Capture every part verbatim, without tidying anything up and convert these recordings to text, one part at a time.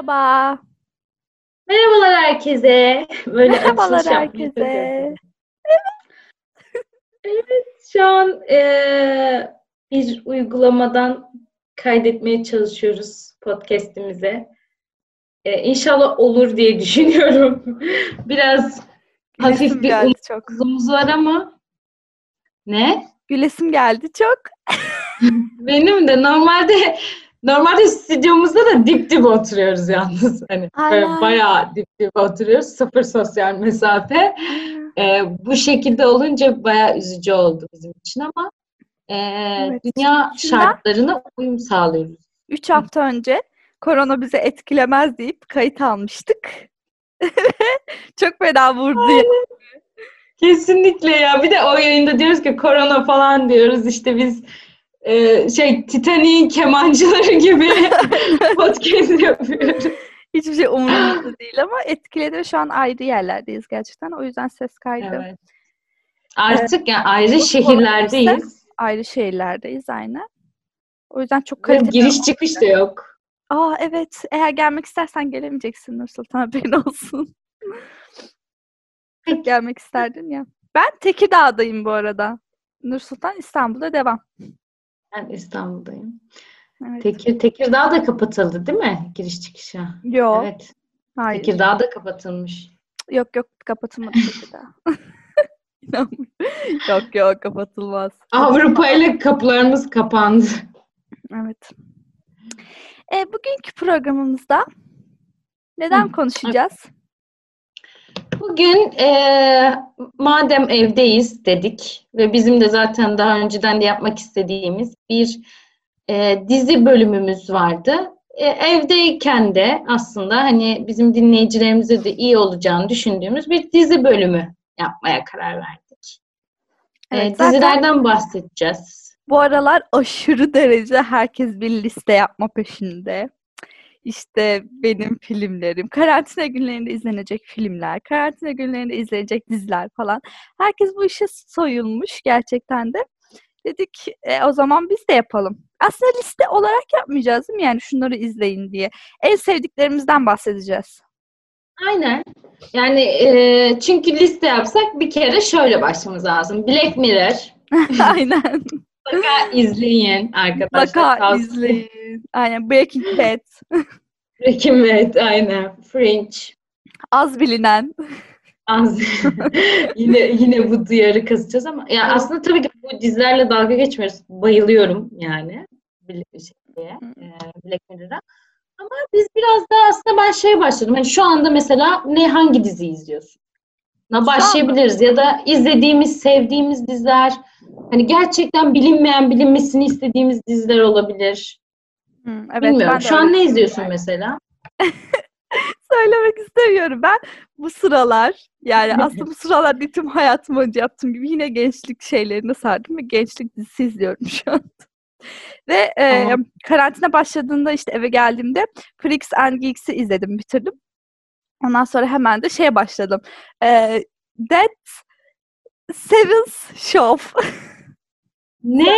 Merhaba. Merhabalar herkese. Böyle Merhabalar açılış yapmayı çok herkese. özledim. Evet, şu an eee, bir uygulamadan kaydetmeye çalışıyoruz podcast'imize. Eee İnşallah olur diye düşünüyorum. Biraz hafif Gülesim bir geldi çok. umutsuzluğumuz var ama ne? Gülesim geldi çok. Benim de normalde normalde stüdyomuzda da dip dibe oturuyoruz yalnız. Hani böyle Aynen. bayağı dip dibe oturuyoruz. Sıfır sosyal mesafe. Aynen. Ee, bu şekilde olunca bayağı üzücü oldu bizim için ama e, Evet. dünya Şundan şartlarına uyum sağlıyoruz. üç hafta önce korona bizi etkilemez deyip kayıt almıştık. Çok fena vurdu ya. Kesinlikle ya. Bir de o yayında diyoruz ki korona falan diyoruz. İşte biz e, şey Titanic'in kemancıları gibi podcast yapıyoruz. Hiçbir şey umurumuzda değil ama etkiledi ve şu an ayrı yerlerdeyiz gerçekten. O yüzden ses kaydı. Evet. Ee, Artık yani ayrı bozuk olabilirse şehirlerdeyiz ayrı şehirlerdeyiz aynen. O yüzden çok ve kaliteli. giriş çıkış da yok. Aa evet. Eğer gelmek istersen gelemeyeceksin Nursultan, haberin olsun. Çok Peki. gelmek isterdin ya. Ben Tekirdağ'dayım bu arada. Nursultan İstanbul'da devam. Ben İstanbul'dayım. Evet. Tekir, Tekirdağ da kapatıldı değil mi? Giriş çıkışa. Yo. Evet. Hayır. Tekirdağ da kapatılmış. Yok yok, kapatılmadı Tekirdağ. İnanmıyorum. Yok yok, kapatılmaz. Avrupa ile kapılarımız kapandı. Evet. E, bugünkü programımızda Hı. neden konuşacağız? Bugün eee, madem evdeyiz dedik ve bizim de zaten daha önceden de yapmak istediğimiz bir eee, dizi bölümümüz vardı. E, evdeyken de aslında hani bizim dinleyicilerimize de iyi olacağını düşündüğümüz bir dizi bölümü yapmaya karar verdik. Evet, E, zaten dizilerden bahsedeceğiz. bu aralar aşırı derece herkes bir liste yapma peşinde. İşte benim filmlerim, karantina günlerinde izlenecek filmler, karantina günlerinde izlenecek diziler falan. Herkes bu işe soyulmuş gerçekten de. Dedik e, o zaman biz de yapalım. Aslında liste olarak yapmayacağız değil mi? Yani şunları izleyin diye. En sevdiklerimizden bahsedeceğiz. Aynen. Yani e, çünkü liste yapsak bir kere şöyle başlamamız lazım. Black Mirror. Aynen. Mutlaka izleyin arkadaşlar. Mutlaka Tavsiye. izleyin. Aynen. Breaking Bad. Breaking Bad, aynen. Fringe. Az bilinen. Az. Yine yine bu duyarı kasacağız ama ya Evet. aslında tabii ki bu dizilerle dalga geçmiyoruz. Bayılıyorum yani. Black, şeye, e, Black Mirror'a. Ama biz biraz daha aslında ben şeye başladım. Hani şu anda mesela ne hangi dizi izliyorsun? Na Şu anda. başlayabiliriz ya da izlediğimiz, sevdiğimiz diziler, hani gerçekten bilinmeyen, bilinmesini istediğimiz diziler olabilir. Hı, evet, Bilmiyorum. ben de Şu öyle an ne düşünüyorum. izliyorsun mesela? Söylemek istemiyorum. Ben bu sıralar, yani aslında bu sıralar değil, tüm hayatım boyunca yaptığım gibi yine gençlik şeylerine sardım ve gençlik dizisi izliyorum şu an. Ve e, Aa, karantina başladığında işte eve geldiğimde Freaks and Geeks'i izledim, bitirdim. Ondan sonra hemen de şeye başladım. E, That Seven's Show. ne?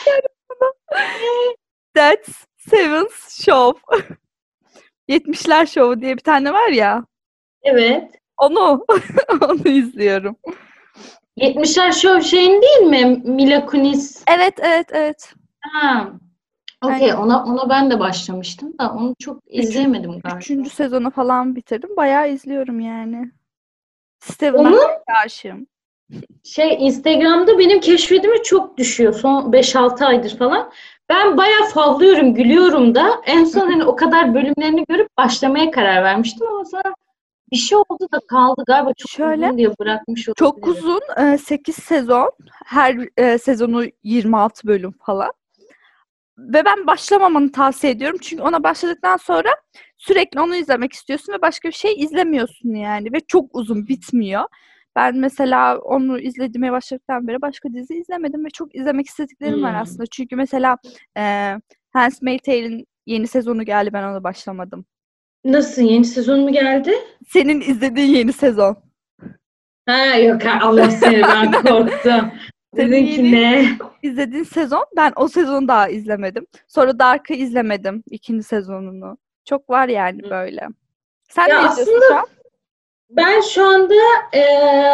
That Seven's Show. yetmişler Show'u diye bir tane var ya. Evet. Onu onu izliyorum. yetmişler Show şeyin değil mi? Mila Kunis. Evet, evet, evet. Ha. Okey. Aynen. Ona, ona ben de başlamıştım da onu çok Üçün, izleyemedim üçüncü galiba. sezonu falan bitirdim. Bayağı izliyorum yani. Steven'a Onun hala aşığım. şey Instagram'da benim keşfetime çok düşüyor. Son beş altı aydır falan. Ben bayağı favlıyorum, gülüyorum da. En son hani o kadar bölümlerini görüp başlamaya karar vermiştim ama sonra bir şey oldu da kaldı. Galiba çok Şöyle, uzun diye bırakmış çok olabilirim. uzun, e, sekiz sezon. Her e, sezonu yirmi altı bölüm falan. Ve ben başlamamanı tavsiye ediyorum. Çünkü ona başladıktan sonra sürekli onu izlemek istiyorsun ve başka bir şey izlemiyorsun yani. Ve çok uzun, bitmiyor. Ben mesela onu izlemeye başladıktan beri başka dizi izlemedim ve çok izlemek istediklerim var Hmm. aslında. Çünkü mesela e, Handmaid's Tale'in yeni sezonu geldi, ben ona başlamadım. Nasıl? Yeni sezon mu geldi? Senin izlediğin yeni sezon. Ha yok ha, Allah seni ben korktum. Senin Dedim ki yeni ne? izlediğin sezon, ben o sezonu daha izlemedim. Sonra Dark'ı izlemedim, ikinci sezonunu. Çok var yani Hı. böyle. Sen Ya ne izliyorsun aslında şu an? ben şu anda e,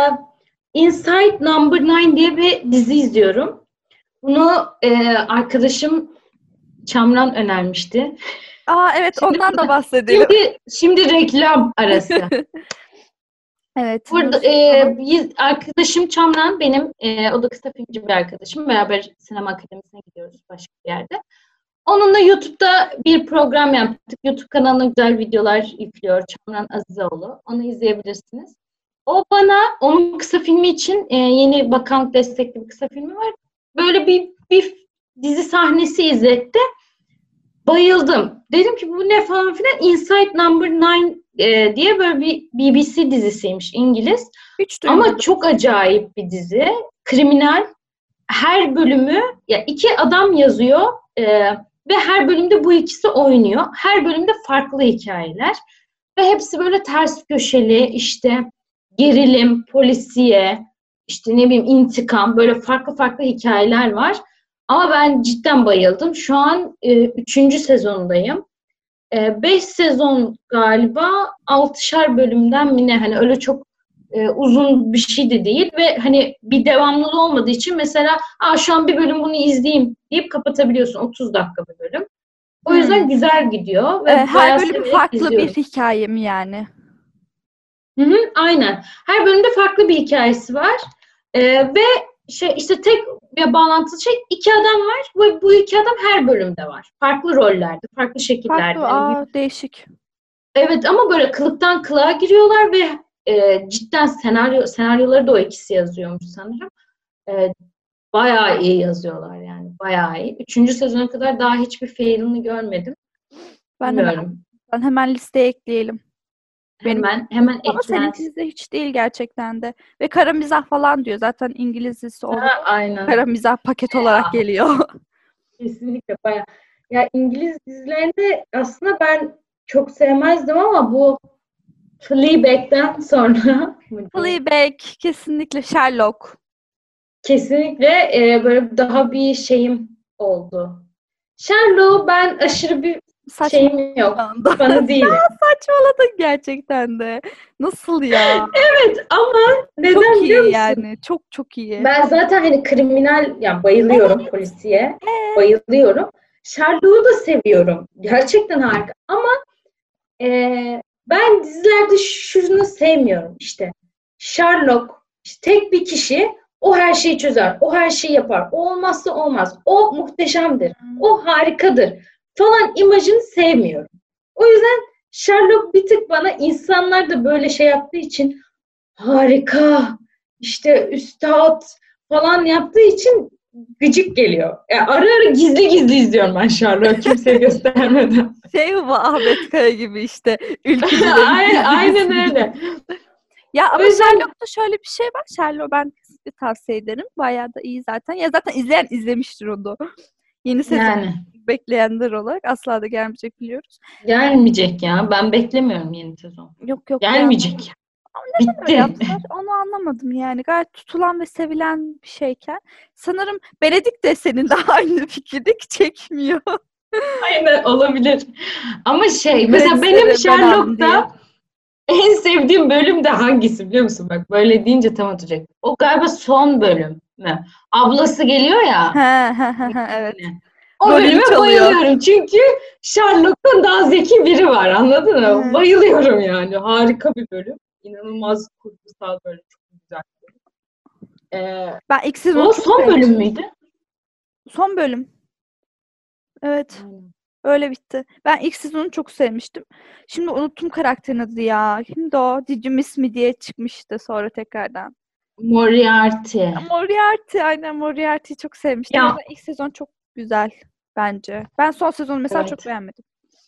Inside Number Nine diye bir dizi izliyorum. Bunu e, arkadaşım Çamran önermişti. Aa evet, Şimdi ondan da bahsedelim. şimdi şimdi reklam arası. Evet. Burada e, biz- arkadaşım Çamran benim, e, o da kısa filmci bir arkadaşım. Beraber sinema akademisine gidiyoruz başka bir yerde. Onunla YouTube'da bir program yaptık. YouTube kanalına güzel videolar yüklüyor. Çamran Azizoğlu. Onu izleyebilirsiniz. O bana onun kısa filmi için, e, yeni bakanlık destekli bir kısa filmi var. Böyle bir, bir dizi sahnesi izletti. Bayıldım. Dedim ki bu ne falan filan. Inside Number Nine e, diye böyle bir B B C dizisiymiş, İngiliz. Hiç Ama duymadım. çok acayip bir dizi. Kriminal. Her bölümü ya iki adam yazıyor e, ve her bölümde bu ikisi oynuyor. Her bölümde farklı hikayeler ve hepsi böyle ters köşeli, işte gerilim, polisiye, işte ne bileyim intikam, böyle farklı farklı hikayeler var. Ama ben cidden bayıldım. Şu an e, üçüncü sezondayım. E, beş sezon galiba, altışar bölümden mi ne, hani öyle çok e, uzun bir şey de değil ve hani bir devamlılığı olmadığı için mesela Aa, şu an bir bölüm bunu izleyeyim deyip kapatabiliyorsun. otuz dakika bir bölüm. O yüzden Hmm. güzel gidiyor Ee, ve her bayağı bölüm severek farklı bir izliyorum. hikaye mi yani? Hı hı, aynen. Her bölümde farklı bir hikayesi var. E, ve şey işte tek bir bağlantılı şey, iki adam var. Bu, bu iki adam her bölümde var. Farklı rollerde, farklı Farklı. şekillerde. Hani Aa, değişik. evet, ama böyle kılıktan kılığa giriyorlar ve e, cidden senaryo senaryoları da o ikisi yazıyormuş sanırım. E, bayağı iyi yazıyorlar yani. Bayağı iyi. Üçüncü sezona kadar daha hiçbir failini görmedim. Ben hemen Bilmiyorum. ben hemen listeye ekleyelim. Benim Hemen hemen ama eklensin. seninkisi de hiç değil gerçekten de. Ve kara mizah falan diyor. Zaten İngiliz dizisi oluyor. Ha, aynen. Kara mizah paket olarak geliyor. Kesinlikle bayağı. Ya İngiliz dizilerinde aslında ben çok sevmezdim ama bu Fleabag'den sonra mı diyeyim? Fleabag, kesinlikle Sherlock. Kesinlikle e, böyle daha bir şeyim oldu. Sherlock ben aşırı bir Saçmaladım şeyim şu yok. anda. Fanı değilim. Saçmaladın gerçekten de. Nasıl ya? Evet ama Çok neden biliyor iyi musun? yani. Çok çok iyi. Ben zaten hani kriminal, yani bayılıyorum polisiye. Evet. Bayılıyorum. Sherlock'u da seviyorum. Gerçekten harika. Ama e, ben dizilerde şunu sevmiyorum işte. Sherlock işte tek bir kişi, o her şeyi çözer. O her şeyi yapar. O olmazsa olmaz. O muhteşemdir. O harikadır falan imajını sevmiyorum. O yüzden Sherlock bir tık bana, insanlar da böyle şey yaptığı için, harika, işte üstad falan yaptığı için gıcık geliyor. Yani ara ara gizli gizli izliyorum ben Sherlock'u kimseye göstermeden. Şey mi bu, Ahmet Kaya gibi işte ülkücüleri Aynen, gizli aynen gizli. öyle. Ya O ama yüzden Sherlock'ta şöyle bir şey var. Sherlock ben kesinlikle tavsiye ederim. Bayağı da iyi zaten. Ya zaten izleyen izlemiştir onu. Yeni sezon yani bekleyenler olarak asla da gelmeyecek biliyoruz. gelmeyecek ya. Ben beklemiyorum yeni sezon. Yok yok gelmez. Gelmeyecek. Ama neden öyle Bitti. yaptılar? Onu anlamadım yani. Gayet tutulan ve sevilen bir şeyken. Sanırım Benedict de senin de aynı fikirde ki çekmiyor. Aynen, olabilir. Ama şey, mesela benim Kredileri ben aldım diye. Sherlock'ta en sevdiğim bölüm de hangisi biliyor musun? Bak böyle deyince tam oturacak. O galiba son bölüm mü? Ablası geliyor ya. Ha, ha, ha, ha, evet. O Rolünü bölüme çalıyor. bayılıyorum. Çünkü Sherlock'tan daha zeki biri var. Anladın mı? Hı. Bayılıyorum yani. Harika bir bölüm. İnanılmaz kurgusal, böyle çok güzel. Ee, Ben ilk sezonu o çok son bölüm sevmiştim. müydü? Son bölüm. Evet. Öyle bitti. Ben ilk sezonu çok sevmiştim. Şimdi unuttum karakterin adı ya. Kimdi o? Did you miss me diye çıkmıştı sonra tekrardan. Moriarty. Moriarty. Aynen, Moriarty'yi çok sevmiştim. O Ya yüzden ilk sezon çok güzel bence. Ben son sezonu mesela çok evet. beğenmedim.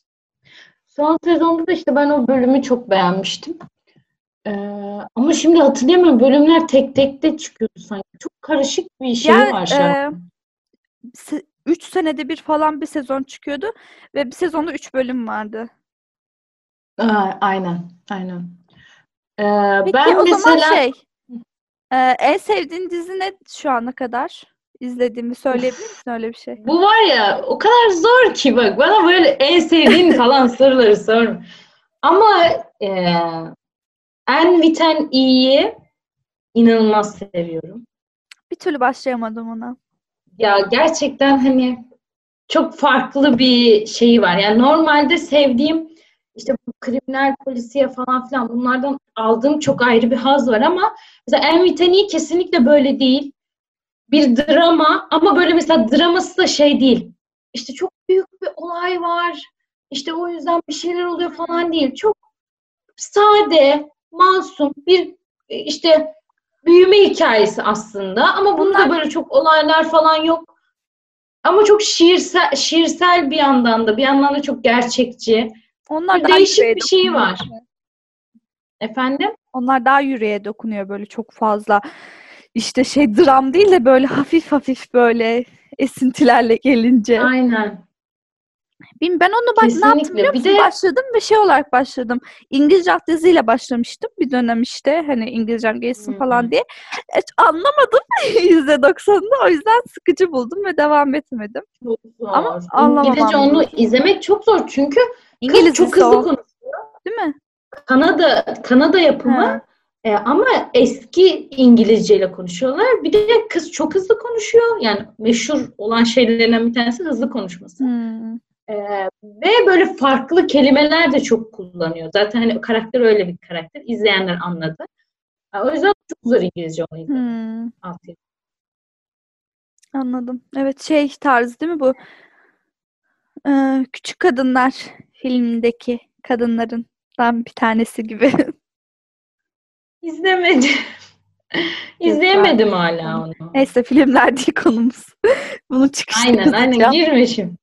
Son sezonda da işte ben o bölümü çok beğenmiştim. Ee, ama şimdi hatırlayamıyorum. Bölümler tek tek de çıkıyordu sanki. Çok karışık bir şey Yani var e, Sherlock'un. üç senede bir falan bir sezon çıkıyordu ve bir sezonda üç bölüm vardı. Aa, aynen, aynen. Ee, Peki ben o zaman mesela şey, e, en sevdiğin dizi ne şu ana kadar? İzlediğimi söyleyebilir misin öyle bir şey? Bu var ya o kadar zor ki bak bana böyle en sevdiğin falan soruları sorma. Ama e, En Viten İ'yi inanılmaz seviyorum. Bir türlü başlayamadım ona. Ya gerçekten hani çok farklı bir şeyi var. Yani normalde sevdiğim işte bu kriminal polisiye falan filan bunlardan aldığım çok ayrı bir haz var ama mesela En Viten İ kesinlikle böyle değil. Bir drama ama böyle mesela draması da şey değil. İşte çok büyük bir olay var. İşte o yüzden bir şeyler oluyor falan değil. Çok sade, masum bir işte büyüme hikayesi aslında. Ama bunu da Onlar böyle çok olaylar falan yok. Ama çok şiirsel, şiirsel bir yandan da bir yandan da çok gerçekçi. onlar Bir daha yüreğe değişik bir şey dokunuyor. var. Efendim? Onlar daha yüreğe dokunuyor böyle çok fazla. İşte şey dram değil de böyle hafif hafif böyle esintilerle gelince. Aynen. Bilmiyorum, ben onu bak ne yaptım biliyor Kesinlikle. Bir musun? de Başladım ve şey olarak başladım. İngilizce alt diziyle başlamıştım bir dönem işte. Hani İngilizcem gelsin falan hmm, diye. Hiç anlamadım yüzde doksanını. O yüzden sıkıcı buldum ve devam etmedim. çok Ama zor. İngilizce anlamamam onu değil. izlemek çok zor. Çünkü kız çok İngilizcesi hızlı o. konuşuyor. Değil mi? Kanada Kanada yapımı He. e, ama eski İngilizceyle konuşuyorlar. Bir de kız çok hızlı konuşuyor. Yani meşhur olan şeylerden bir tanesi hızlı konuşması. Hmm. E, Ve böyle farklı kelimeler de çok kullanıyor. Zaten hani karakter öyle bir karakter. İzleyenler anladı. E, o yüzden çok zor İngilizce onu izlemek. Hmm. Aferin. Anladım. Evet şey tarzı değil mi bu? Ee, Küçük Kadınlar filmindeki kadınlarından bir tanesi gibi. İzlemedim. Yazıklar İzleyemedim olsun hala sana. onu. Neyse filmler değil konumuz. Bunu çıkışta Aynen aynen yazacağım. girmişim.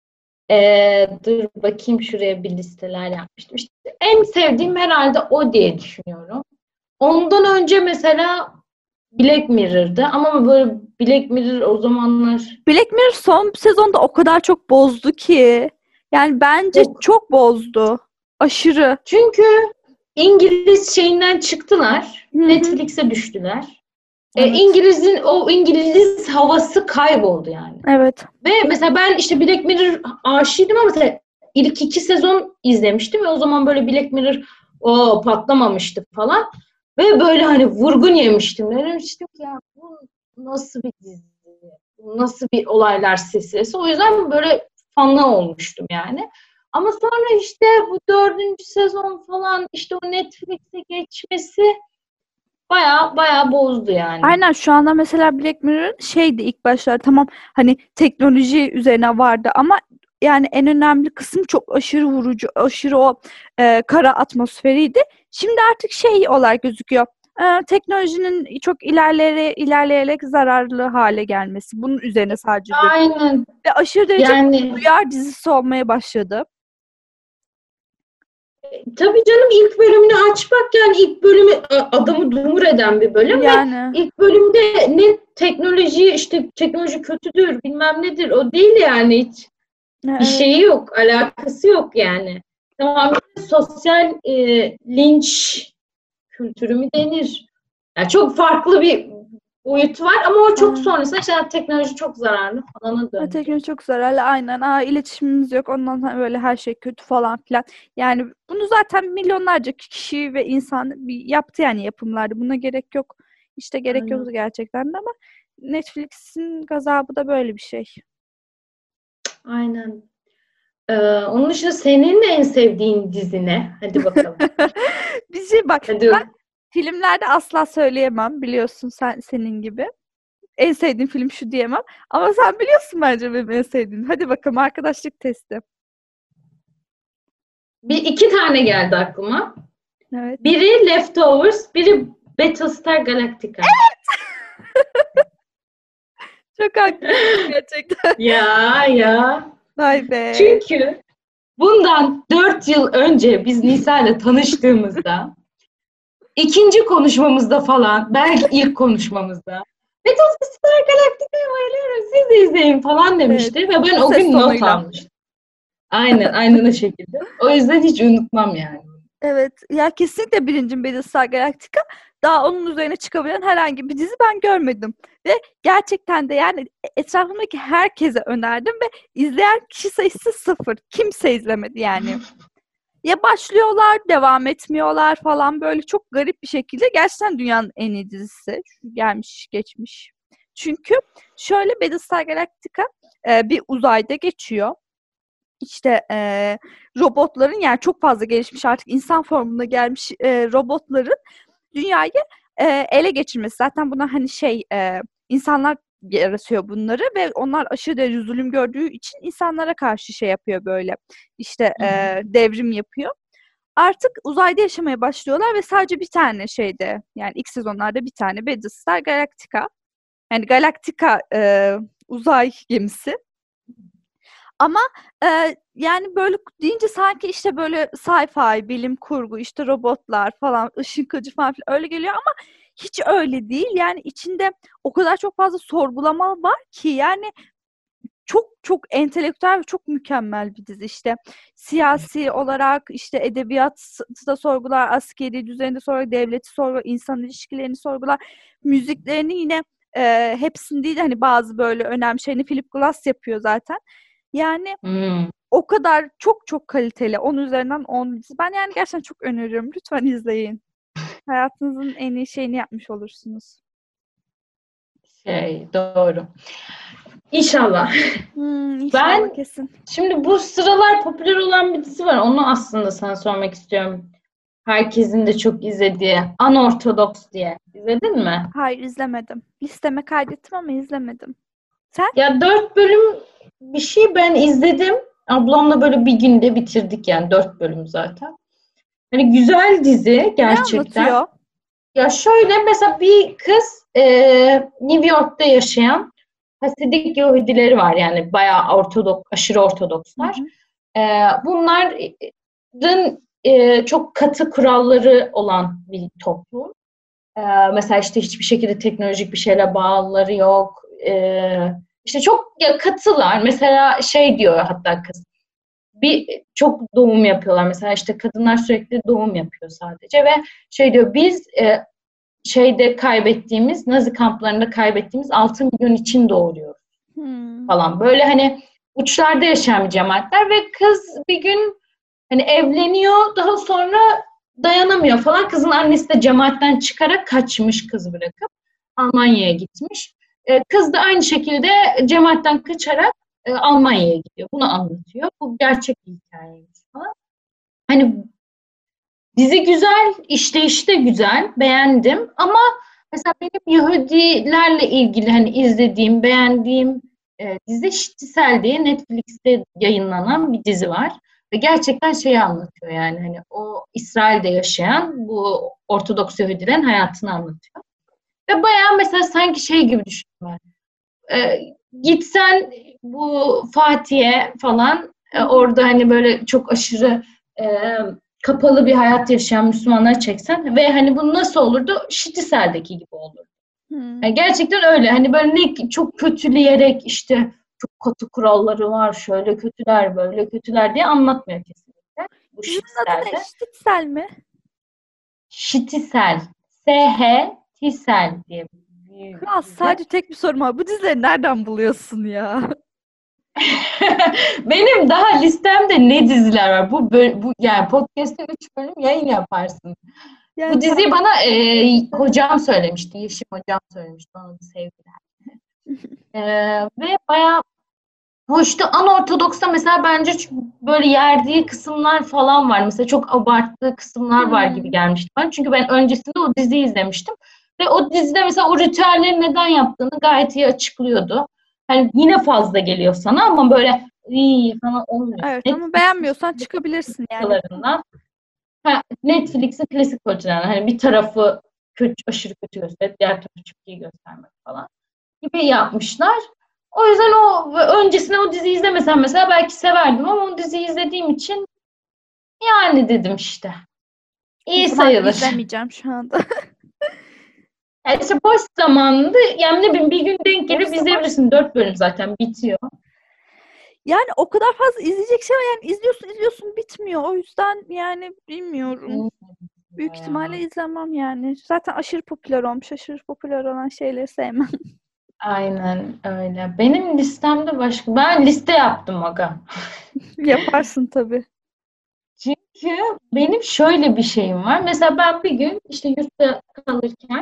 Ee, dur bakayım şuraya bir listeler yapmıştım. İşte en sevdiğim herhalde o diye düşünüyorum. Ondan önce mesela Black Mirror'dı ama böyle Black Mirror o zamanlar Black Mirror son sezonda o kadar çok bozdu ki. Yani bence çok. çok bozdu. Aşırı. Çünkü İngiliz şeyinden çıktılar. Hı hı. Netflix'e düştüler. E, Evet. İngiliz'in o İngiliz havası kayboldu yani. Evet. Ve mesela ben işte Black Mirror aşığıydım ama mesela ilk iki sezon izlemiştim ve o zaman böyle Black Mirror o patlamamıştı falan. Ve böyle hani vurgun yemiştim. Demiştim ki ya bu nasıl bir dizi? Bu nasıl bir olaylar silsilesi? O yüzden böyle fanı olmuştum yani. Ama sonra işte bu dördüncü sezon falan işte o Netflix'e geçmesi baya baya bozdu yani. Aynen şu anda mesela Black Mirror şeydi ilk başlar tamam hani teknoloji üzerine vardı ama yani en önemli kısım çok aşırı vurucu, aşırı o e, kara atmosferiydi. Şimdi artık şey olarak gözüküyor. E, teknolojinin çok ilerleyerek, ilerleyerek zararlı hale gelmesi. Bunun üzerine sadece dönüyor. Aynen. Ve aşırı derece Yani duyar dizisi olmaya başladı. tabii canım ilk bölümünü aç bak yani ilk bölümü adamı dumur eden bir bölüm ve Yani ilk bölümde ne teknoloji işte teknoloji kötüdür bilmem nedir o değil yani hiç e, bir evet. şeyi yok alakası yok yani. Tamamen sosyal e, linç kültürü mü denir? Yani çok farklı bir boyut var ama o çok Aynen. sonrasında işte teknoloji çok zararlı falana Evet, döndü. teknoloji çok zararlı aynen. Aa, iletişimimiz yok ondan sonra böyle her şey kötü falan filan. Yani bunu zaten milyonlarca kişi ve insan bir yaptı yani yapımlarda. Buna gerek yok. İşte gerek Aynen. yoktu gerçekten de ama Netflix'in gazabı da böyle bir şey. Aynen. Ee, onun dışında senin de en sevdiğin dizi ne? Hadi bakalım. Bir şey bak Hadi. ben filmlerde asla söyleyemem biliyorsun sen senin gibi. En sevdiğim film şu diyemem. Ama sen biliyorsun bence benim en sevdiğim. Hadi bakalım arkadaşlık testi. Bir iki tane geldi aklıma. Evet. Biri Leftovers, biri Battlestar Galactica. Çok haklısın gerçekten. Ya ya. Vay be. Çünkü bundan dört yıl önce biz Nisa ile tanıştığımızda ikinci konuşmamızda falan belki ilk konuşmamızda Battlestar Galactica'ya bayılıyorum siz de izleyin falan Evet. demişti ve ben Bu o ses gün not tonuyla. almıştım. Aynen aynen o şekilde. O yüzden hiç unutmam yani. Evet. Ya kesinlikle birincim Battlestar Galactica. daha onun üzerine çıkabilen herhangi bir dizi ben görmedim. Ve gerçekten de yani etrafımdaki herkese önerdim ve izleyen kişi sayısı sıfır. Kimse izlemedi yani. Ya başlıyorlar, devam etmiyorlar falan, böyle çok garip bir şekilde. Gerçekten dünyanın en iyi dizisi. Şu gelmiş geçmiş. Çünkü şöyle, Battlestar Galactica e, bir uzayda geçiyor. İşte e, robotların, yani çok fazla gelişmiş artık insan formuna gelmiş e, robotların dünyayı e, ele geçirmesi. Zaten buna hani şey e, insanlar yaratıyor bunları ve onlar aşırı derece zulüm gördüğü için insanlara karşı şey yapıyor, böyle işte e, devrim yapıyor. Artık uzayda yaşamaya başlıyorlar ve sadece bir tane şeyde, yani ilk sezonlarda bir tane Battlestar Galactica, yani Galactica e, uzay gemisi. Ama e, yani böyle deyince sanki işte böyle sci-fi, bilim kurgu, işte robotlar falan, ışın kılıcı falan filan öyle geliyor ama hiç öyle değil. Yani içinde o kadar çok fazla sorgulama var ki, yani çok çok entelektüel ve çok mükemmel bir dizi. İşte siyasi olarak, işte edebiyatı da sorgular, askeri düzeninde sorgular, devleti sorgular, insan ilişkilerini sorgular, müziklerini yine e, hepsini değil, hani bazı böyle önemli şeyini Philip Glass yapıyor zaten. Yani Hmm. o kadar çok çok kaliteli. on üzerinden on dizi. Ben yani gerçekten çok öneriyorum. Lütfen izleyin. Hayatınızın en iyi şeyini yapmış olursunuz. Şey, doğru. İnşallah. Hmm, inşallah Ben kesin. şimdi bu sıralar popüler olan bir dizi var. Onu aslında sana sormak istiyorum. Herkesin de çok izlediği Unorthodox diye. İzledin mi? Hayır, izlemedim. Listeme kaydettim ama izlemedim. Sen? Ya dört bölüm bir şey ben izledim. Ablamla böyle bir günde bitirdik, yani dört bölüm zaten. Hani güzel dizi Ne gerçekten. anlatıyor? Ya şöyle, mesela bir kız e, New York'ta yaşayan Hasidik Yahudileri var, yani bayağı Ortodok, aşırı Hı Ortodokslar. hı. E, bunların e, çok katı kuralları olan bir toplum. E, mesela işte hiçbir şekilde teknolojik bir şeyle bağları yok. E, işte çok ya, katılar. Mesela şey diyor hatta kız. Bir çok doğum yapıyorlar. Mesela işte kadınlar sürekli doğum yapıyor sadece ve şey diyor, biz e, şeyde kaybettiğimiz, Nazi kamplarında kaybettiğimiz altı milyon için doğuruyoruz Hmm. falan. Böyle hani uçlarda yaşayan bir cemaatler ve kız bir gün hani evleniyor, daha sonra dayanamıyor falan. Kızın annesi de cemaatten çıkarak kaçmış, kız bırakıp Almanya'ya gitmiş. E, kız da aynı şekilde cemaatten kaçarak e, Almanya'ya gidiyor. Bunu anlatıyor. Bu gerçek bir hikayeymiş falan. Hani dizi güzel, işleyişi de güzel, beğendim ama mesela benim Yahudilerle ilgili hani izlediğim, beğendiğim e, dizi Şitisel diye Netflix'te yayınlanan bir dizi var. Ve gerçekten şeyi anlatıyor, yani hani o İsrail'de yaşayan bu Ortodoks Yahudilerin hayatını anlatıyor. Ve bayağı mesela sanki şey gibi düşünüyorum ben. E, gitsen bu Fatih'e falan, Hı e, hı. orada hani böyle çok aşırı e, kapalı bir hayat yaşayan Müslümanları çeksen ve hani bu nasıl olurdu? Şitisel'deki gibi olurdu. Hmm. Yani gerçekten öyle. Hani böyle ne çok kötüleyerek işte çok katı kuralları var, şöyle kötüler, böyle kötüler diye anlatmıyor kesinlikle. Bu Dizinin adı ne? Şitisel'de. Şitsel mi? Şitisel. S-H-Tisel diye bir Kral, dizi. sadece tek bir sorum var. Bu dizileri nereden buluyorsun ya? Benim daha listemde ne diziler var. Bu, böl- bu yani podcast'te üç bölüm yayın yaparsın. Bu Yani diziyi tamam. bana e, İzlerim. hocam söylemişti. Yeşim hocam söylemişti. Ona da sevgiler. E, ve bayağı hoştu. Anortodoks'ta mesela bence böyle yerdiği kısımlar falan var. Mesela çok abarttığı kısımlar var gibi Hmm. gelmişti bana. Çünkü ben öncesinde o diziyi izlemiştim. Ve o dizide mesela o ritüelleri neden yaptığını gayet iyi açıklıyordu. Hani yine fazla geliyor sana ama böyle iyi falan olmuyor. Evet, ama Netflix'in beğenmiyorsan işte çıkabilirsin yani. politikalarından, ha, Netflix'in klasik politikalarından hani bir tarafı kötü, aşırı kötü gösterip diğer tarafı çok iyi göstermek falan gibi yapmışlar. O yüzden o öncesine o diziyi izlemesem mesela belki severdim ama o diziyi izlediğim için yani dedim işte. O İyi zaman sayılır. izlemeyeceğim şu anda. Yani işte boş zamanında yani ne bileyim bir gün denk Boş gelip zaman. izleyebilirsin. Dört bölüm zaten bitiyor. Yani o kadar fazla izleyecek şey var. Yani izliyorsun izliyorsun bitmiyor. O yüzden yani bilmiyorum. Büyük ya. ihtimalle izlemem yani. Zaten aşırı popüler olmuş. Aşırı popüler olan şeyleri sevmem. Aynen öyle. Benim listemde başka... Ben liste yaptım aga. Yaparsın tabii. Çünkü benim şöyle bir şeyim var. Mesela ben bir gün işte yurtta kalırken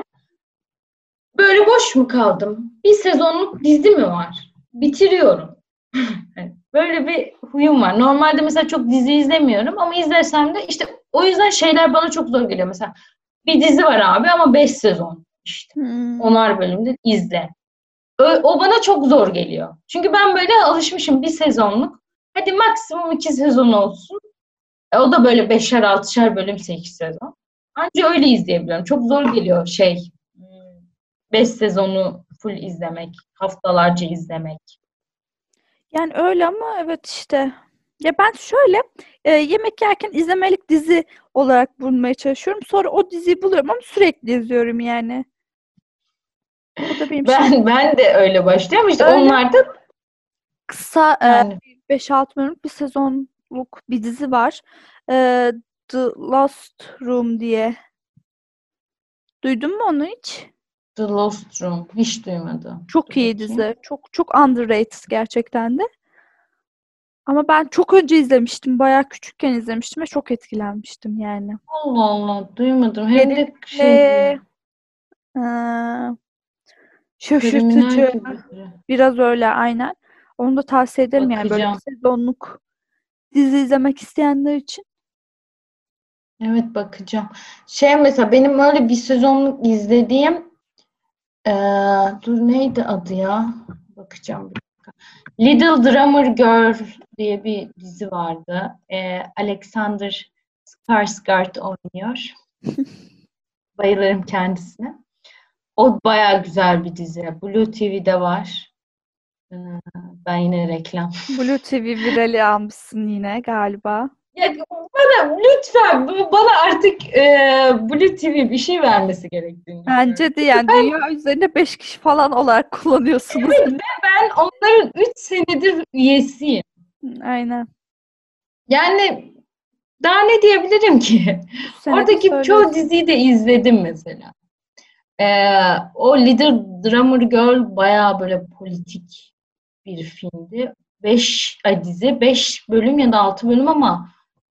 böyle boş mu kaldım? Bir sezonluk dizi mi var? Bitiriyorum. Böyle bir huyum var. Normalde mesela çok dizi izlemiyorum ama izlersem de işte o yüzden şeyler bana çok zor geliyor. Mesela bir dizi var abi ama beş sezon işte. Hmm. Onar bölümde izle. Ö- O bana çok zor geliyor. Çünkü ben böyle alışmışım bir sezonluk. Hadi maksimum iki sezon olsun. E, o da böyle beşer altışar bölümse iki sezon. Anca öyle izleyebiliyorum. Çok zor geliyor şey. hmm, Beş sezonu full izlemek. Haftalarca izlemek. Yani öyle ama evet işte. Ya ben şöyle e, yemek yerken izlemelik dizi olarak bulmaya çalışıyorum. Sonra o diziyi buluyorum ama sürekli izliyorum yani. O da benim şeyim. Ben ben de öyle başlıyorum. İşte Öyle onlar da kısa e, yani beş altı bölümlük bir sezonluk bir dizi var. E, The Lost Room diye. Duydun mu onu hiç? The Lost Room. Hiç duymadım. Çok Dur iyi bakayım. dizi. Çok çok underrated gerçekten de. Ama ben çok önce izlemiştim. Bayağı küçükken izlemiştim ve çok etkilenmiştim yani. Allah Allah duymadım. Hem de şey Gerilimli, eee, kriminal şaşırtıcı. gibi. Biraz öyle aynen. Onu da tavsiye ederim yani böyle bir Bakacağım. sezonluk dizi izlemek isteyenler için. Evet bakacağım. Şey mesela benim öyle bir sezonluk izlediğim eee, dur neydi adı ya? Bakacağım bir dakika. Little Drummer Girl diye bir dizi vardı. Eee, Alexander Skarsgård oynuyor. Bayılırım kendisine. O bayağı güzel bir dizi. Blue T V'de var. Ee, Ben yine reklam. Blue T V virali almışsın yine galiba. Ya bana lütfen bu- bana artık e, Blue T V bir şey vermesi gerektiğini düşünüyorum. Bence de Çünkü yani ben dünya üzerinde beş kişi falan olarak kullanıyorsunuz. evet ve ben onların üç senedir üyesiyim. Aynen. Yani daha ne diyebilirim ki? Üç senedir Oradaki çoğu söylüyorsun. diziyi de izledim mesela. Ee, o Little Drummer Girl bayağı böyle politik bir filmdi. Beş ay dizi, beş bölüm ya da altı bölüm ama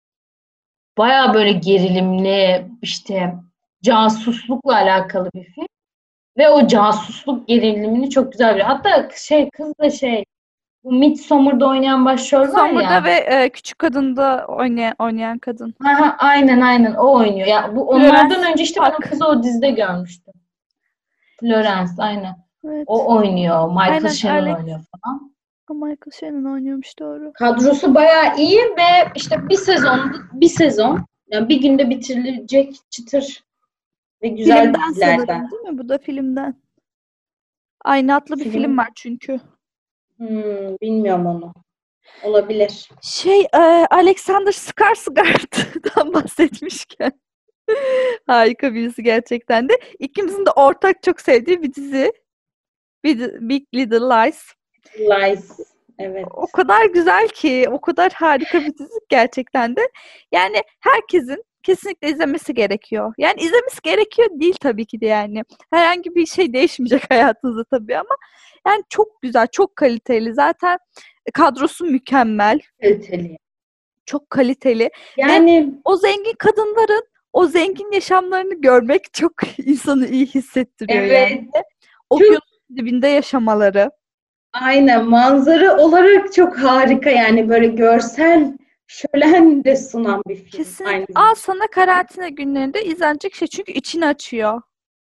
bayağı böyle gerilimli işte casuslukla alakalı bir film. Ve o casusluk gerilimini çok güzel bir. Hatta şey kız da şey bu Midsommar'da oynayan başrol var Somur'da ve ya. e, Küçük Kadın'da oynayan, oynayan kadın. Aha, aynen aynen o oynuyor. Ya bu Florence onlardan önce işte ben o Pugh. kızı o dizide görmüştüm. Florence aynen. Evet. O oynuyor. Michael Aynen Shannon Alex. oynuyor falan. Michael Shannon oynuyormuş doğru. Kadrosu bayağı iyi ve işte bir sezon bir sezon yani bir günde bitirilecek çıtır ve güzel Filmden dizilerden. sanırım değil mi? Bu da filmden. Aynı adlı bir film Film var çünkü. hmm, bilmiyorum onu. Olabilir. Şey, e, Alexander Skarsgård'dan bahsetmişken. Harika birisi gerçekten de. İkimizin de ortak çok sevdiği bir dizi. Big, Big Little Lies. Lies. Evet. O kadar güzel ki, o kadar harika bir dizi gerçekten de. Yani herkesin kesinlikle izlemesi gerekiyor. Yani izlemesi gerekiyor değil tabii ki de yani. Herhangi bir şey değişmeyecek hayatınızda tabii ama yani çok güzel, çok kaliteli. Zaten kadrosu mükemmel, Kaliteli. çok kaliteli ve Yani o zengin kadınların o zengin yaşamlarını görmek çok insanı iyi hissettiriyor yani. evet. Çok Okyanusun dibinde yaşamaları. aynen manzara olarak çok harika yani böyle görsel şölen de sunan bir film aynı Kesinlikle. Al zamanda. sana karantina günlerinde izlenecek şey çünkü içini açıyor.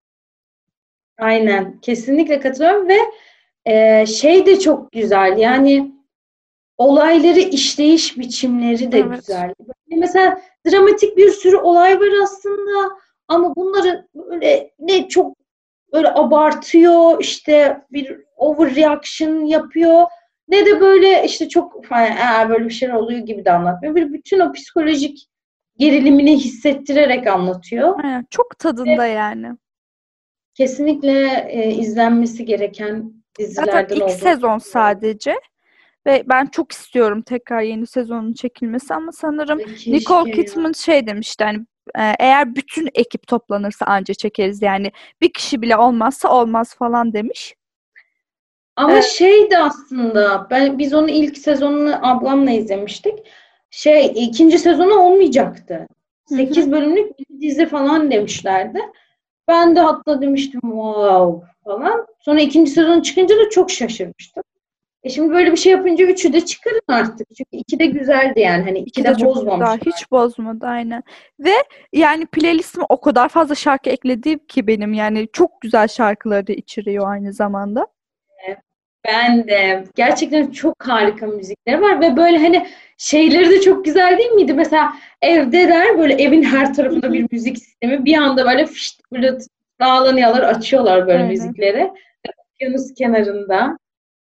Aynen. Kesinlikle katılıyorum ve e, şey de çok güzel yani olayları işleyiş biçimleri de Evet. güzel. Böyle mesela dramatik bir sürü olay var aslında ama bunları böyle ne çok böyle abartıyor işte bir overreaction yapıyor ne de böyle işte çok hani, "Aa, böyle bir şey oluyor gibi de anlatmıyor. Bir bütün o psikolojik gerilimini hissettirerek anlatıyor. Aynen. Çok Ve tadında yani. kesinlikle e, izlenmesi gereken Zaten dizilerden ilk olduğunu sezon düşünüyorum. sadece ve ben çok istiyorum tekrar yeni sezonun çekilmesi ama sanırım Ay Nicole keşke ya. Kidman şey demişti hani e, eğer bütün ekip toplanırsa anca çekeriz yani. Bir kişi bile olmazsa olmaz falan demiş. Ama şeydi aslında, ben biz onu ilk sezonunu ablamla izlemiştik. Şey, ikinci sezonu olmayacaktı. Hı hı. sekiz bölümlük bir dizi falan demişlerdi. Ben de hatta demiştim wow falan. Sonra ikinci sezon çıkınca da çok şaşırmıştım. E şimdi böyle bir şey yapınca üçü de çıkarın artık. Çünkü iki de güzeldi yani. Hani iki İki de de çok güzel. bozmamışlar. Hiç bozmadı aynen. Ve yani playlistime o kadar fazla şarkı ekledim ki benim yani çok güzel şarkıları da içeriyor aynı zamanda. Ben de gerçekten çok harika müzikleri var ve böyle hani şeyleri de çok güzel değil miydi? Mesela evdeler böyle evin her tarafında bir müzik sistemi bir anda böyle fışt böyle bağlanıyorlar açıyorlar böyle Aynen. müzikleri. Okyanus kenarında.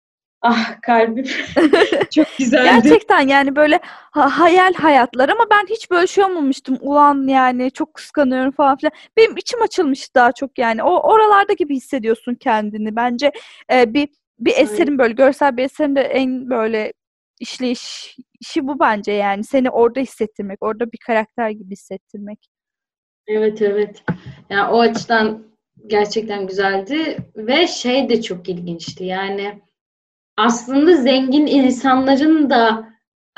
Ah kalbim çok güzeldi. Gerçekten yani böyle ha- hayal hayatlar ama ben hiç böyle şey olmamıştım. Ulan yani çok kıskanıyorum falan filan. Benim içim açılmış daha çok yani. O oralarda gibi hissediyorsun kendini. Bence e, bir bir Aynen. eserin böyle görsel bir eserin de en böyle işleyiş işi bu bence yani. Seni orada hissettirmek, orada bir karakter gibi hissettirmek. Evet evet. Yani o açıdan gerçekten güzeldi ve şey de çok ilginçti. Yani aslında zengin insanların da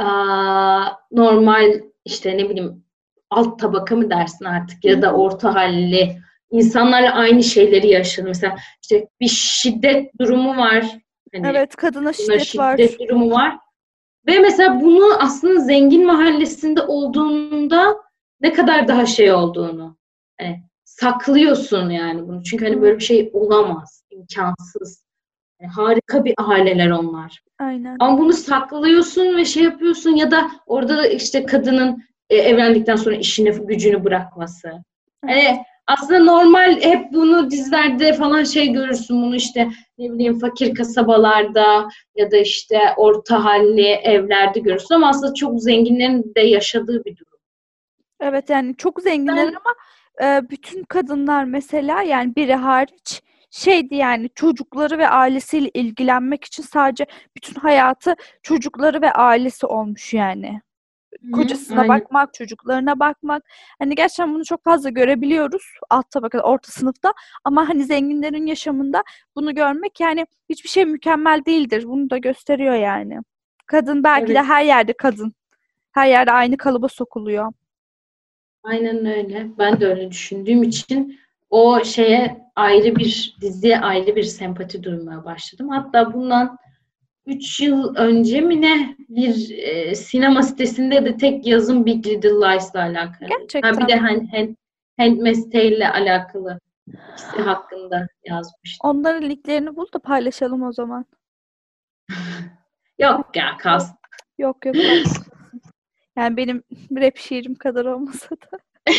aa, normal işte ne bileyim alt tabaka mı dersin artık Hı ya da hı. orta halli insanlarla aynı şeyleri yaşadı. Mesela işte bir şiddet durumu var. Hani Evet, kadına kadına şiddet var. şiddet durumu var. Ve mesela bunu aslında zengin mahallesinde olduğunda ne kadar daha şey olduğunu hani saklıyorsun yani bunu. Çünkü hani Evet, böyle bir şey olamaz, imkansız. Yani harika bir aileler onlar. aynen. Ama bunu saklıyorsun ve şey yapıyorsun ya da orada da işte kadının e, evlendikten sonra işini gücünü bırakması. Evet. Hani aslında normal hep bunu dizilerde falan şey görürsün bunu işte ne bileyim fakir kasabalarda ya da işte orta halli evlerde görürsün ama aslında çok zenginlerin de yaşadığı bir durum. Evet yani çok zenginler Ben ama e, bütün kadınlar mesela yani biri hariç şeydi yani çocukları ve ailesiyle ilgilenmek için sadece bütün hayatı çocukları ve ailesi olmuş yani. Hı, Kocasına aynen. bakmak, çocuklarına bakmak. Hani gerçekten bunu çok fazla görebiliyoruz alt tabaka, orta sınıfta. Ama hani zenginlerin yaşamında bunu görmek yani hiçbir şey mükemmel değildir. Bunu da gösteriyor yani. Kadın belki de Evet. her yerde kadın. Her yerde aynı kalıba sokuluyor. Aynen öyle. Ben de öyle düşündüğüm için o şeye ayrı bir diziye ayrı bir sempati duymaya başladım. Hatta bundan üç yıl önce mi ne bir e, sinema sitesinde de tek yazım Big Little Lies'la alakalı. Ha bir Gerçekten de mi? Hand, Hand, Handmaid's Tale'le alakalı ikisi hakkında yazmıştım. Onların linklerini bul da paylaşalım o zaman. Yok ya kalsın. Yok yok paylaşılsın. Yani benim rap şiirim kadar olmasa da.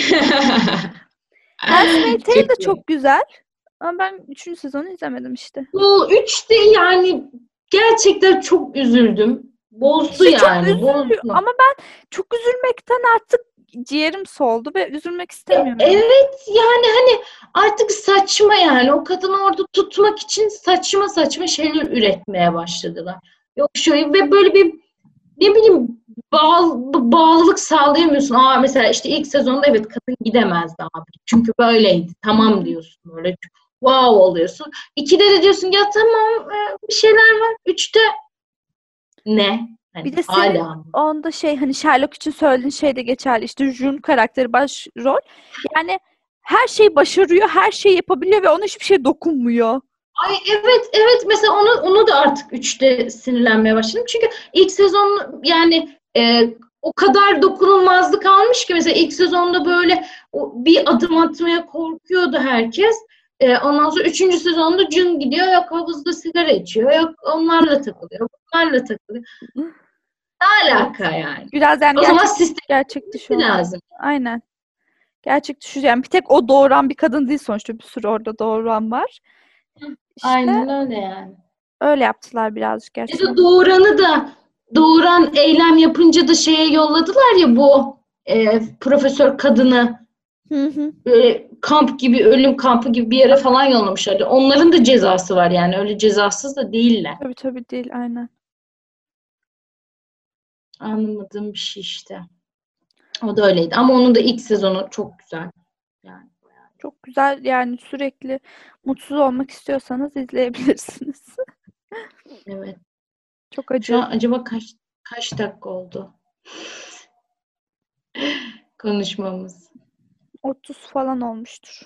Handmaid's Tale de Çok iyi. çok güzel. Ama ben üçüncü sezonu izlemedim işte. Bu üçte yani gerçekten çok üzüldüm. Bozdu İşte çok yani, üzülüyor bozdu. ama ben çok üzülmekten artık ciğerim soldu ve üzülmek E, istemiyorum. Evet yani hani artık saçma yani o kadını orada tutmak için saçma saçma şeyler üretmeye başladılar. Yok şöyle ve böyle bir ne bileyim bağ, bağlılık sağlayamıyorsun. Aa mesela işte ilk sezonda evet kadın gidemezdi abi. Çünkü böyleydi. Hı Tamam hı. diyorsun böyle. Wow oluyorsun. İkide de diyorsun ya tamam e, bir şeyler var. Üçte ne? Bir Hani de senin hala mı? onda şey hani Sherlock için söylediğin şey de geçerli. İşte June karakteri başrol. Yani her şeyi başarıyor, her şeyi yapabiliyor ve ona hiçbir şey dokunmuyor. Ay evet evet mesela onu onu da artık üçte sinirlenmeye başladım. Çünkü ilk sezon yani e, o kadar dokunulmazlık almış ki mesela ilk sezonda böyle o, bir adım atmaya korkuyordu herkes. E, ondan sonra üçüncü sezonda Jun gidiyor yok havuzda sigara içiyor yok onlarla takılıyor bunlarla takılıyor. Ne Evet. alaka yani? Biraz yani O zaman gerçek sistem gerçek dışı olmuş. lazım. Aynen. Gerçek dışı yani bir tek o doğuran bir kadın değil sonuçta bir sürü orada doğuran var. İşte Aynen öyle yani. öyle yaptılar birazcık Ya da gerçekten. doğuranı da doğuran eylem yapınca da şeye yolladılar ya bu e, profesör kadını Hı hı. böyle kamp gibi ölüm kampı gibi bir yere falan yollamışlardı. Onların da cezası var yani öyle cezasız da değiller. Tabii tabii değil aynen. Anlamadığım bir şey işte. O da öyleydi. Ama onun da ilk sezonu çok güzel. Yani Çok güzel, yani sürekli mutsuz olmak istiyorsanız izleyebilirsiniz. evet. Çok Şu acı. an acaba kaç kaç dakika oldu konuşmamız? otuz falan olmuştur.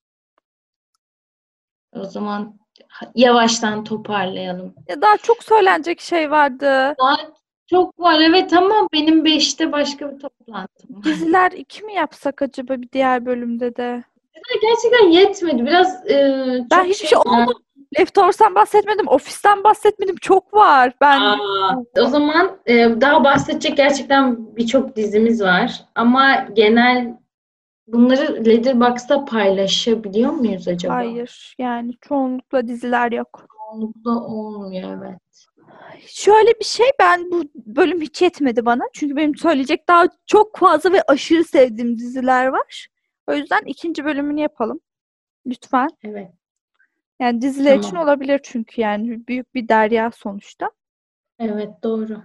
O zaman yavaştan toparlayalım. Ya daha çok söylenecek şey vardı. Daha çok var evet ama benim beşte başka bir toplantım var. Diziler iki mi yapsak acaba bir diğer bölümde de? Gerçekten yetmedi. Biraz e, Ben çok hiçbir şey şey var. olmadı. Leftovers'tan bahsetmedim. Ofis'ten bahsetmedim. Çok var. Ben Aa, o zaman e, daha bahsedecek gerçekten birçok dizimiz var. Ama genel bunları Letterboxd'da paylaşabiliyor muyuz acaba? hayır. Yani çoğunlukla diziler yok. Çoğunlukla olmuyor evet. Şöyle bir şey, ben bu bölüm hiç yetmedi bana. Çünkü benim söyleyecek daha çok fazla ve aşırı sevdiğim diziler var. O yüzden ikinci bölümünü yapalım. Lütfen. Evet. Yani diziler için Tamam. olabilir çünkü yani büyük bir derya sonuçta. Evet doğru.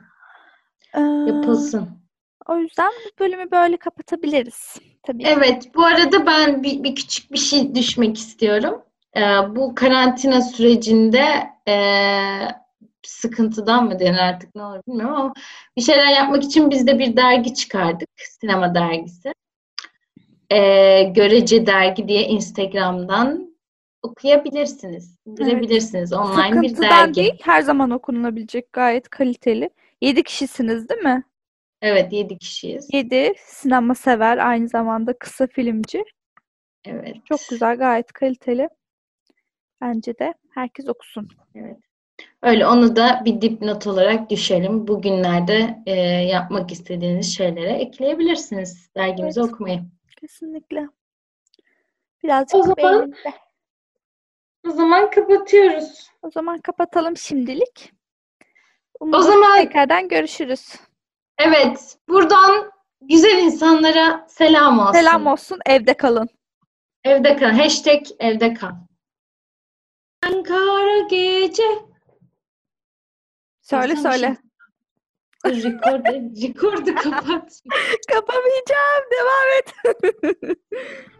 Ee, Yapılsın. O yüzden bu bölümü böyle kapatabiliriz. Tabii ki. Evet, bu arada ben bir, bir küçük bir şey düşmek istiyorum. Ee, bu karantina sürecinde ee, sıkıntıdan mı denir artık ne olur bilmiyorum ama bir şeyler yapmak için biz de bir dergi çıkardık. Sinema dergisi. Ee, Görece Dergi diye Instagram'dan okuyabilirsiniz, Evet. indirebilirsiniz. Online bir Sıkıntıdan değil, dergi. her zaman okunabilecek, gayet kaliteli. Yedi kişisiniz değil mi? Evet, yedi kişiyiz. Yedi sinema sever, aynı zamanda kısa filmci. Çok Evet, güzel, gayet kaliteli. Bence de herkes okusun. evet. Öyle onu da bir dipnot olarak düşelim. Bugünlerde e, yapmak istediğiniz şeylere ekleyebilirsiniz dergimizi Evet, okumayı. kesinlikle. O Birazcık da zaman beğenin de. o zaman kapatıyoruz. O zaman kapatalım şimdilik. O Umuyorum zaman tekrardan görüşürüz. evet buradan güzel insanlara selam Selam olsun. olsun, evde kalın. Evde kal. Hashtag evde kal. Ankara gece. Söyle İnsan bir şey... söyle. Dur record, recordu kapat. Kapamayacağım. Devam et.